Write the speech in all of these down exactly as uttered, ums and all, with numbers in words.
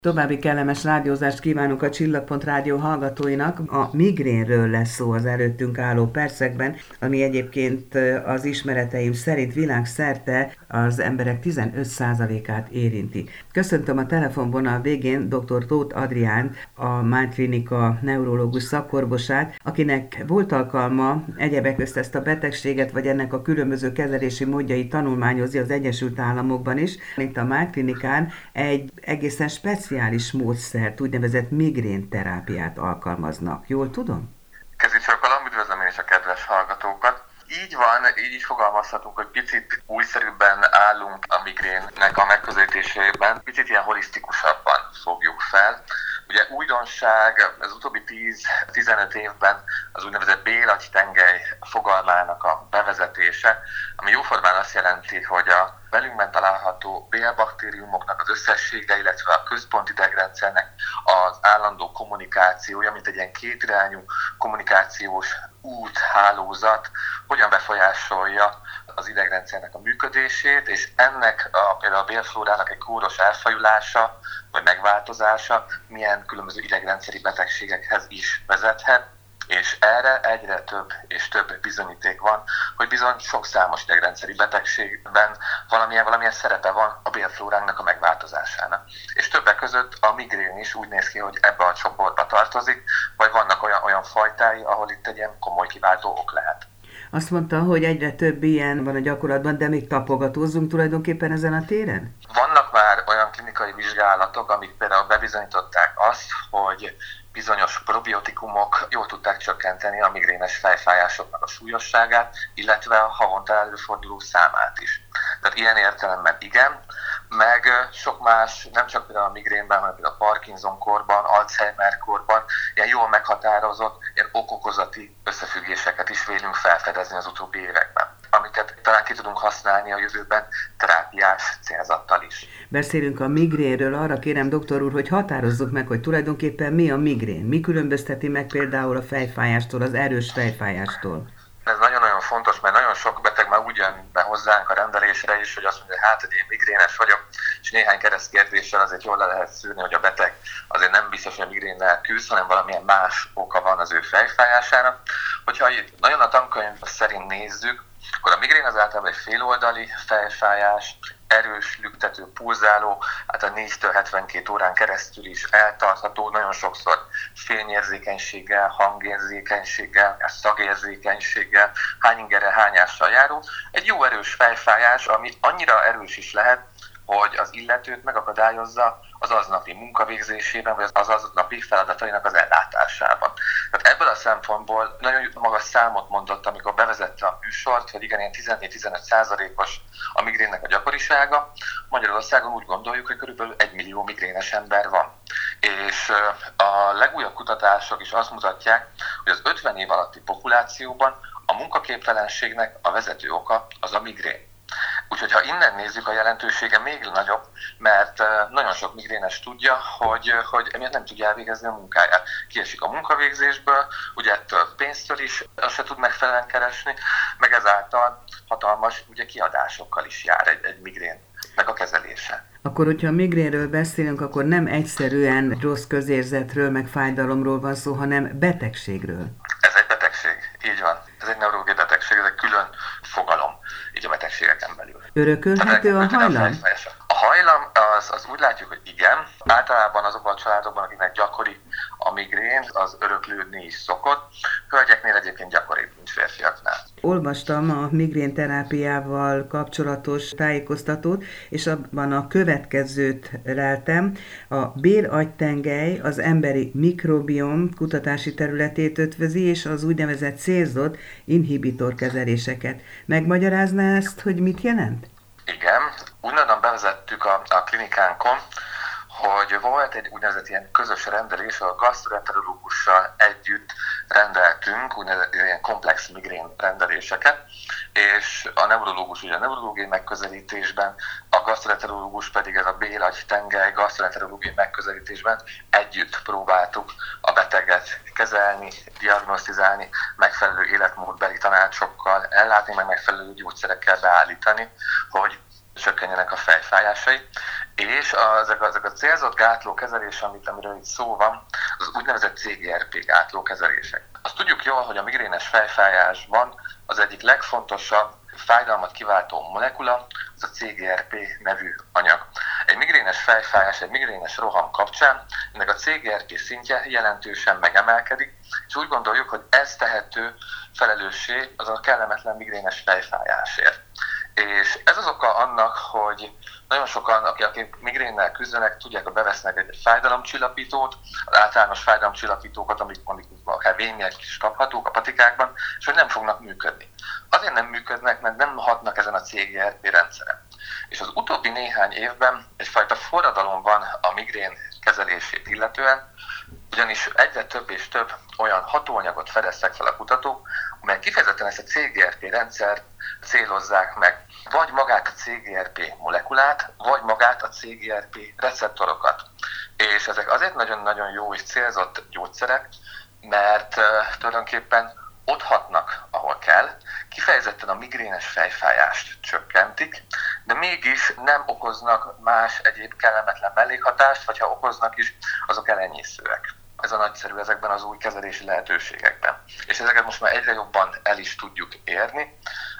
További kellemes rádiózást kívánunk a Csillagpont Rádió hallgatóinak. A migrénről lesz szó az előttünk álló percekben, ami egyébként az ismereteim szerint világszerte az emberek tizenöt százalékát érinti. Köszöntöm a telefonvonal végén dr. Tóth Adriánt, a Mind Klinika neurológus szakorvosát, akinek volt alkalma egyebek közt ezt a betegséget, vagy ennek a különböző kezelési módjait tanulmányozni az Egyesült Államokban is. Itt a Mind Klinikán egy egészen speciális speciális módszert, úgynevezett migrénterápiát alkalmaznak. Jól tudom? Kezicsorkolom, üdvözlöm én is a kedves hallgatókat. Így van, így is fogalmazhatunk, hogy picit újszerűbben állunk a migrénnek a megközelítésében, picit ilyen holisztikusabban fogjuk fel. Ugye újdonság az utóbbi tíz-tizenöt évben az úgynevezett bélagytengely fogalmának a bevezetése, ami jóformán azt jelenti, hogy a velünkben található bélbaktériumoknak az összessége, illetve a központi idegrendszernek az állandó kommunikációja, mint egy ilyen kétirányú kommunikációs úthálózat, hogyan befolyásolja az idegrendszernek a működését, és ennek a, például a bélflórának egy kóros elfajulása, vagy megváltozása milyen különböző idegrendszeri betegségekhez is vezethet, és erre egyre több és több bizonyíték van, hogy bizony sok számos idegrendszeri betegségben valamilyen, valamilyen szerepe van a bélflóránknak a megváltozásának. És többek között a migrén is úgy néz ki, hogy ebbe a csoportba tartozik, vagy vannak olyan, olyan fajtái, ahol itt egy ilyen komoly kiváltó ok lehet. Azt mondta, hogy egyre több ilyen van a gyakorlatban, de még tapogatózzunk tulajdonképpen ezen a téren? Vannak már olyan klinikai vizsgálatok, amik például bebizonyították azt, hogy bizonyos probiotikumok jól tudták csökkenteni a migrénes fejfájásoknak a súlyosságát, illetve a havonta előforduló számát is. Tehát ilyen értelemben igen, meg sok más, nem csak például a migrénben, hanem például a Parkinson-korban, Alzheimer-korban ilyen jól meghatározott, ilyen okokozati összefüggéseket is vélünk felfedezni az utóbbi években, amiket talán ki tudunk használni a jövőben terápiás célzattal is. Beszélünk a migrénről, arra kérem doktor úr, hogy határozzuk meg, hogy tulajdonképpen mi a migrén. Mi különbözteti meg például a fejfájástól, az erős fejfájástól? Ez nagyon-nagyon fontos, mert nagyon sok beteg már úgy jön be hozzánk a rendelésre is, hogy azt mondja, hogy hát, hogy én migrénes vagyok, és néhány keresztkérdéssel azért jól le lehet szűrni, hogy a beteg azért nem biztos, hogy a migrénnel küzd, hanem valamilyen más oka van az ő fejfájásának. Hogyha itt nagyon a tankönyv szerint nézzük, akkor a migrén az általában egy féloldali fejfájás, erős, lüktető, pulzáló, hát a négytől hetvenkét órán keresztül is eltartható, nagyon sokszor fényérzékenységgel, hangérzékenységgel, szagérzékenységgel, hányingerrel, hányással járó. Egy jó erős fejfájás, ami annyira erős is lehet, hogy az illetőt megakadályozza az aznapi munkavégzésében, vagy az aznapi feladatainak az ellátásában. Tehát ebből a szempontból nagyon magas számot mondott, amikor bevezette a műsort, hogy igen, ilyen tizennégy-tizenöt százalékos a migrénnek a gyakorisága. Magyarországon úgy gondoljuk, hogy körülbelül egy millió migrénes ember van. És a legújabb kutatások is azt mutatják, hogy az ötven év alatti populációban a munkaképtelenségnek a vezető oka az a migrén. Úgyhogy ha innen nézzük, a jelentősége még nagyobb, mert nagyon sok migrénes tudja, hogy, hogy emiatt nem tudja elvégezni a munkáját. Kiesik a munkavégzésből, ugye ettől pénztől is azt se tud megfelelően keresni, meg ezáltal hatalmas ugye, kiadásokkal is jár egy, egy migrénnek a kezelése. Akkor, hogyha a migrénről beszélünk, akkor nem egyszerűen rossz közérzetről, meg fájdalomról van szó, hanem betegségről. Ez egy betegség, így van. Ez egy neurológiai betegség, ez egy külön fogalom, így a betegségeken belül. Örökölhető a hajlam? A hajlam az, az úgy látjuk, hogy igen. Általában azokban a családokban, akiknek gyakori a migrén, az öröklődni is szokott. Hölgyeknél egyébként gyakoribb, mint férfiaknál. Olvastam a migrénterápiával kapcsolatos tájékoztatót, és abban a következőt leltem. A bélagytengely az emberi mikrobiom kutatási területét ötvözi, és az úgynevezett célzott inhibitor kezeléseket. Megmagyarázná ezt, hogy mit jelent? Igen. Úgynevezett bevezettük a, a klinikánkon, hogy volt egy úgynevezett ilyen közös rendelés, a gasztroenterológussal együtt rendeltünk úgynevezett ilyen komplex migrén rendeléseket, és a neurológus ugye a neurológiai megközelítésben, a gasztroenterológus pedig ez a bélagytengely gasztroenterológiai megközelítésben együtt próbáltuk a beteget kezelni, diagnosztizálni, megfelelő életmódbeli tanácsokkal ellátni, meg megfelelő gyógyszerekkel beállítani, hogy csökkenjenek a fejfájásai, És a, ezek, ezek a célzott gátlókezelés, amit, amiről itt szó van, az úgynevezett cé gé er pé gátlókezelések. Azt tudjuk jól, hogy a migrénes fejfájásban az egyik legfontosabb fájdalmat kiváltó molekula az a cé gé er pé nevű anyag. Egy migrénes fejfájás, egy migrénes roham kapcsán ennek a cé gé er pé szintje jelentősen megemelkedik, és úgy gondoljuk, hogy ez tehető felelőssé az a kellemetlen migrénes fejfájásért. És ez az oka annak, hogy nagyon sokan, akik migrénnel küzdenek, tudják, hogy bevesznek egy fájdalomcsillapítót, az általános fájdalomcsillapítókat, amik, amik akár vények is kaphatók a patikákban, és hogy nem fognak működni. Azért nem működnek, mert nem hatnak ezen a cé gé er pé rendszeren. És az utóbbi néhány évben egyfajta forradalom van a migrén kezelését illetően, ugyanis egyre több és több olyan hatóanyagot fedeztek fel a kutatók, amelyek kifejezetten ezt a cé gé er pé rendszert célozzák meg, vagy magát a cé gé er pé molekulát, vagy magát a cé gé er pé receptorokat. És ezek azért nagyon-nagyon jó és célzott gyógyszerek, mert uh, tulajdonképpen ott hatnak, ahol kell, kifejezetten a migrénes fejfájást csökkentik, de mégis nem okoznak más egyéb kellemetlen mellékhatást, vagy ha okoznak is, azok elenyészőek. Ez a nagyszerű ezekben az új kezelési lehetőségekben. És ezeket most már egyre jobban el is tudjuk érni.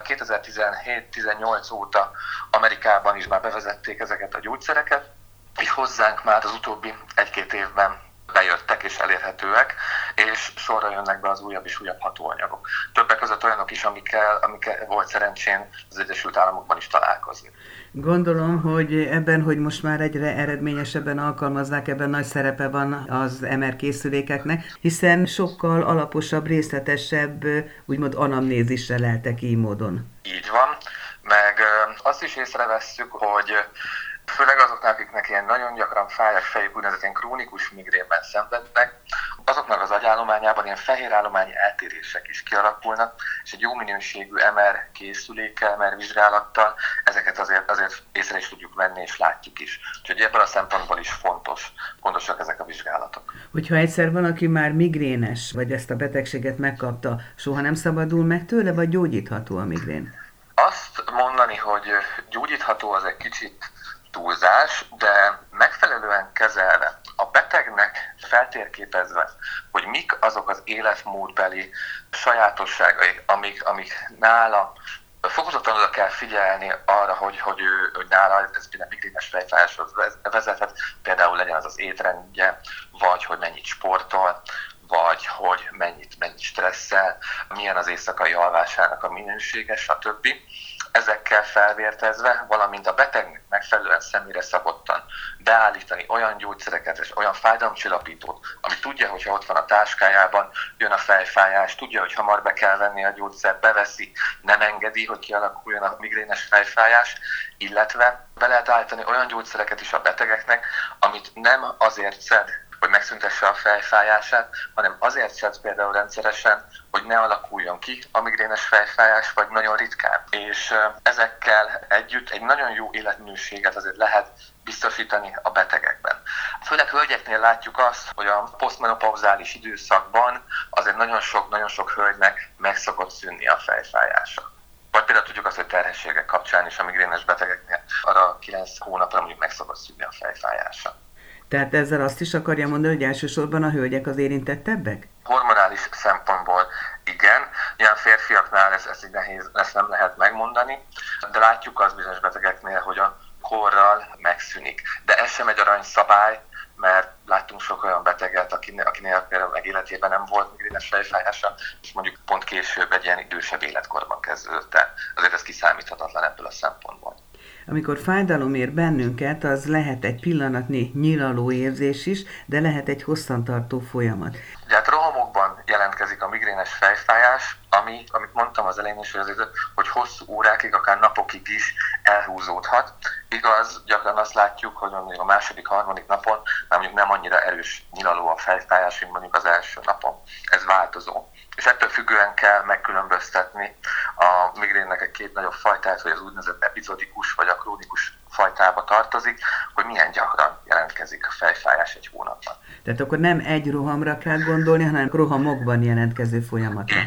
kétezer-tizenhét-tizennyolc óta Amerikában is már bevezették ezeket a gyógyszereket, és hozzánk már az utóbbi egy-két évben bejöttek és elérhetőek, és sorra jönnek be az újabb és újabb hatóanyagok. Többek között olyanok is, amikkel, amikkel volt szerencsém az Egyesült Államokban is találkozni. Gondolom, hogy ebben, hogy most már egyre eredményesebben alkalmazzák, ebben nagy szerepe van az em er készülékeknek, hiszen sokkal alaposabb, részletesebb, úgymond anamnézisre leltek így módon. Így van, meg azt is észrevesszük, hogy főleg azoknak, akiknek ilyen nagyon gyakran fáj a fejük, úgynevezett ilyen krónikus migrénben szenvednek, azoknak az agyállományában ilyen fehérállomány eltérések is kialakulnak, és egy jó minőségű em er készülékkel, em er vizsgálattal ezeket azért, azért észre is tudjuk venni, és látjuk is. Úgyhogy ebből a szempontból is fontos, fontosak ezek a vizsgálatok. Hogyha egyszer valaki már migrénes, vagy ezt a betegséget megkapta, soha nem szabadul meg tőle, vagy gyógyítható a migrén? Azt mondani, hogy gyógyítható, az egy kicsit túlzás, de megfelelően kezelve, a betegnek feltérképezve, hogy mik azok az életmódbeli sajátosságai, amik, amik nála fokozottan oda kell figyelni arra, hogy, hogy, ő, hogy nála ez például migrénes fejfájáshoz vezethet, például legyen az az étrendje, vagy hogy mennyit sportol, vagy hogy mennyit, mennyit stresszel, milyen az éjszakai alvásának a minősége, stb. Ezekkel felvértezve, valamint a betegnek megfelelően személyre szabottan beállítani olyan gyógyszereket és olyan fájdalomcsillapítót, ami tudja, hogyha ott van a táskájában, jön a fejfájás, tudja, hogy hamar be kell venni a gyógyszert, beveszi, nem engedi, hogy kialakuljon a migrénes fejfájás, illetve be lehet állítani olyan gyógyszereket is a betegeknek, amit nem azért szed, hogy megszüntesse a fejfájását, hanem azért szed például rendszeresen, hogy ne alakuljon ki a migrénes fejfájás, vagy nagyon ritkán. És ezekkel együtt egy nagyon jó életminőséget azért lehet biztosítani a betegekben. Főleg hölgyeknél látjuk azt, hogy a posztmenopauzális időszakban azért nagyon sok, nagyon sok hölgynek meg szokott szűnni a fejfájása. Vagy például tudjuk azt, hogy terhességek kapcsán is a migrénes betegeknél arra kilenc hónapra mondjuk meg szokott szűnni a fejfájása. Tehát ezzel azt is akarja mondani, hogy elsősorban a hölgyek az érintettebbek? Hormonális szempontból igen. Ilyen férfiaknál ez, ez így nehéz, ezt nem lehet megmondani, de látjuk az bizonyos betegeknél, hogy a korral megszűnik. De ez sem egy aranyszabály, mert láttunk sok olyan beteget, akinél, akinél például meg életében nem volt migrénes fejfájása, és mondjuk pont később egy ilyen idősebb életkorban kezdődött el. Azért ez kiszámíthatatlan ebből a szempontból. Amikor fájdalom ér bennünket, az lehet egy pillanatnyi nyilaló érzés is, de lehet egy hosszantartó folyamat. Ugye hát rohamokban jelentkezik a migrénes fejfájás, ami, amit mondtam az elején is, hogy, azért, hogy hosszú órákig, akár napokig is elhúzódhat. Igaz, gyakran azt látjuk, hogy mondjuk a második, harmadik napon már mondjuk nem annyira erős nyilaló a fejfájás, mint mondjuk az első napon. Ez változó. És ettől függően kell megkülönböztetni a migrénnek egy két nagyobb fajtát, hogy az úgynevezett epizodikus vagy a krónikus fajtába tartozik, hogy milyen gyakran jelentkezik a fejfájás egy hónapban. Tehát akkor nem egy rohamra kell gondolni, hanem rohamokban jelentkező folyamatra. Így van.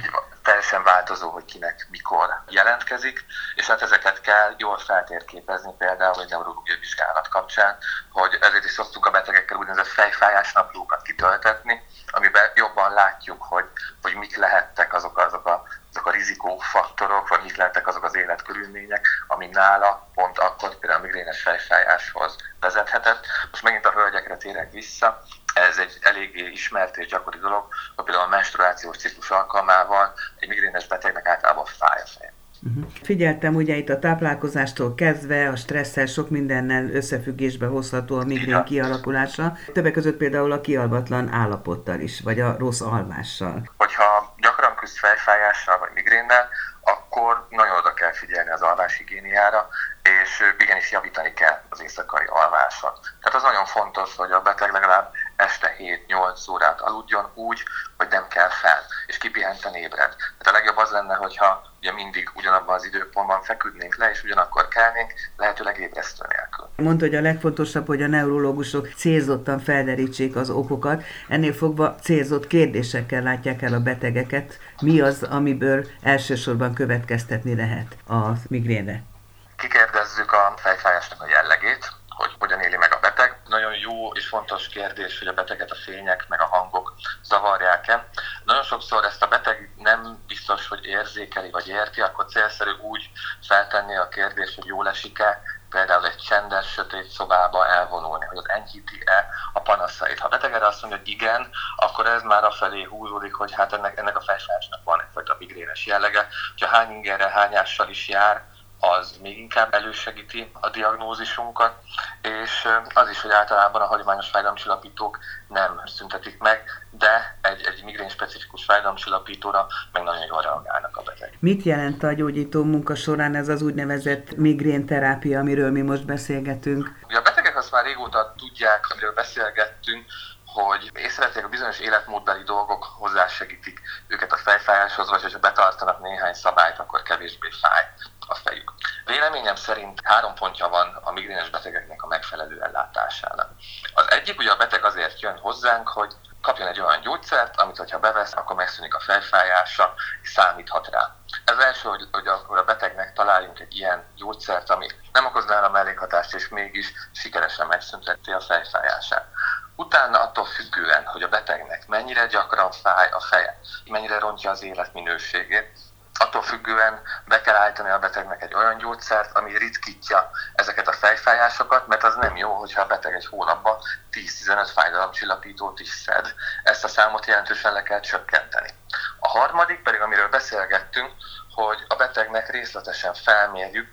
teljesen változó, hogy kinek mikor jelentkezik, és hát ezeket kell jól feltérképezni például egy neurológiai vizsgálat kapcsán, hogy ezért is szoktuk a betegekkel úgynevezett fejfájás naplókat kitöltetni, amiben jobban látjuk, hogy, hogy mik lehettek azok, azok, a, azok a rizikófaktorok, vagy mik lehettek azok az életkörülmények, ami nála pont akkor például a migrénes fejfájáshoz vezethetett. Most megint a hölgyekre térek vissza, ez egy eléggé ismert és gyakori dolog, hogy például a menstruációs ciklus alkalmával egy migrénes betegnek általában fáj a feje. Uh-huh. Figyeltem, ugye itt a táplálkozástól kezdve a stresszel sok mindennel összefüggésbe hozható a migrén ja. kialakulása. Többek között például a kialvatlan állapottal is, vagy a rossz alvással. Hogyha gyakran küzd fejfájással vagy migrénnel, akkor nagyon oda kell figyelni az alváshigiéniára, és igenis javítani kell az éjszakai alváson. Tehát az nagyon fontos, hogy a beteg legalább este hét-nyolc órát aludjon úgy, hogy nem kell fel, és kipihenten ébred. Tehát a legjobb az lenne, hogyha ugye mindig ugyanabban az időpontban feküdnénk le, és ugyanakkor kelnénk, lehetőleg ébresztő nélkül. Mondta, hogy a legfontosabb, hogy a neurológusok célzottan felderítsék az okokat, ennél fogva célzott kérdésekkel látják el a betegeket, mi az, amiből elsősorban következtetni lehet a migrénre. Kikérdezzük a fejfájásnak a jellegét, hogy hogyan éli meg a beteg. Nagyon jó és fontos kérdés, hogy a beteget a fények meg a hangok zavarják-e. Nagyon sokszor ezt a beteg nem biztos, hogy érzékeli vagy érti, akkor célszerű úgy feltenni a kérdést, hogy jól esik-e, például egy csendes, sötét szobába elvonulni, hogy az enyhíti-e a panaszait. Ha a beteg erre azt mondja, hogy igen, akkor ez már afelé húzódik, hogy hát ennek, ennek a fejfájásnak van egyfajta migrénes jellege. Ha hány ingerrel, hányással is jár, az még inkább elősegíti a diagnózisunkat, és az is, hogy általában a hagyományos fájdalomcsillapítók nem szüntetik meg, de egy, egy migrén-specifikus fájdalomcsillapítóra meg nagyon jól reagálnak a beteg. Mit jelent a gyógyító munka során ez az úgynevezett migrénterápia, amiről mi most beszélgetünk? Ugye a betegek azt már régóta tudják, amiről beszélgettünk, hogy észrevették, a bizonyos életmódbeli dolgok hozzásegítik őket a fejfájáshoz, vagy hogyha betartanak néhány szabályt, akkor kevésbé fáj a fejük. Véleményem szerint három pontja van a migrénes betegeknek a megfelelő ellátásának. Az egyik, ugye a beteg azért jön hozzánk, hogy kapjon egy olyan gyógyszert, amit hogyha bevesz, akkor megszűnik a fejfájása, és számíthat rá. Ez első, hogy, hogy akkor a betegnek találjunk egy ilyen gyógyszert, ami nem okozná a mellékhatást, és mégis sikeresen megszünteti a fejfájását. Utána attól függően, hogy a betegnek mennyire gyakran fáj a feje, mennyire rontja az életminőségét, attól függően be kell állítani a betegnek egy olyan gyógyszert, ami ritkítja ezeket a fejfájásokat, mert az nem jó, hogyha a beteg egy hónapban tíz-tizenöt fájdalomcsillapítót is szed. Ezt a számot jelentősen le kell csökkenteni. A harmadik pedig, amiről beszélgettünk, hogy a betegnek részletesen felmérjük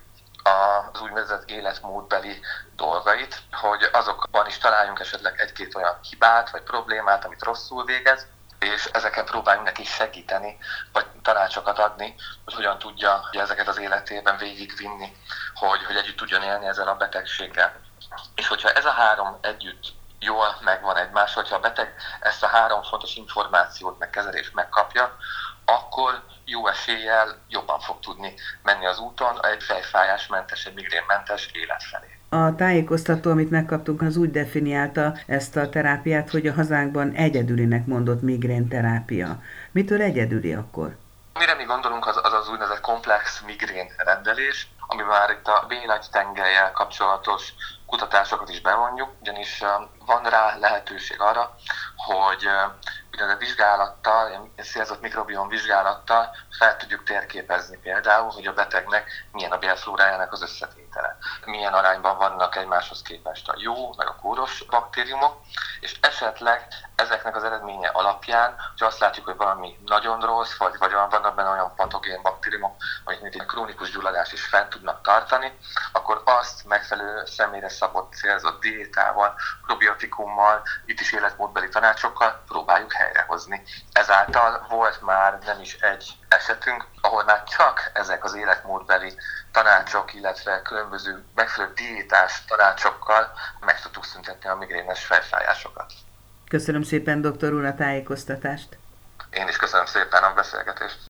az úgynevezett életmódbeli dolgait, hogy azokban is találjunk esetleg egy-két olyan hibát vagy problémát, amit rosszul végez, és ezeken próbáljunk neki segíteni, vagy tanácsokat adni, hogy hogyan tudja ezeket az életében végigvinni, hogy, hogy együtt tudjon élni ezzel a betegséggel. És hogyha ez a három együtt jól megvan egymás, hogyha a beteg ezt a három fontos információt meg kezelést megkapja, akkor jó eséllyel jobban fog tudni menni az úton egy fejfájásmentes, egy migrénmentes élet felé. A tájékoztató, amit megkaptunk, az úgy definiálta ezt a terápiát, hogy a hazánkban egyedülinek mondott migrénterápia. Mitől egyedüli akkor? Mire mi gondolunk, az az, az úgynevezett komplex migrén rendelés, amiben már itt a B-nagy-tengellyel kapcsolatos kutatásokat is bevonjuk, ugyanis van rá lehetőség arra, hogy a vizsgálattal, a célzott mikrobiom vizsgálattal fel tudjuk térképezni például, hogy a betegnek milyen a bélflórájának az összetétele. Milyen arányban vannak egymáshoz képest a jó, meg a kóros baktériumok, és esetleg ezeknek az eredménye alapján, hogy azt látjuk, hogy valami nagyon rossz, vagy, vagy vannak benne olyan patogén baktériumok, amik mint egy krónikus gyulladást is fent tudnak tartani, akkor azt megfelelő személyre szabott célzott diétával, probiotikummal, itt is életmódbeli tanácsokkal próbáljuk helyrehozni. Ezáltal volt már nem is egy esetünk, ahol már csak ezek az életmódbeli tanácsok, illetve különböző megfelelő diétás tanácsokkal meg tudtuk szüntetni a migrénes fejfájásokat. Köszönöm szépen, doktor úr, a tájékoztatást! Én is köszönöm szépen a beszélgetést!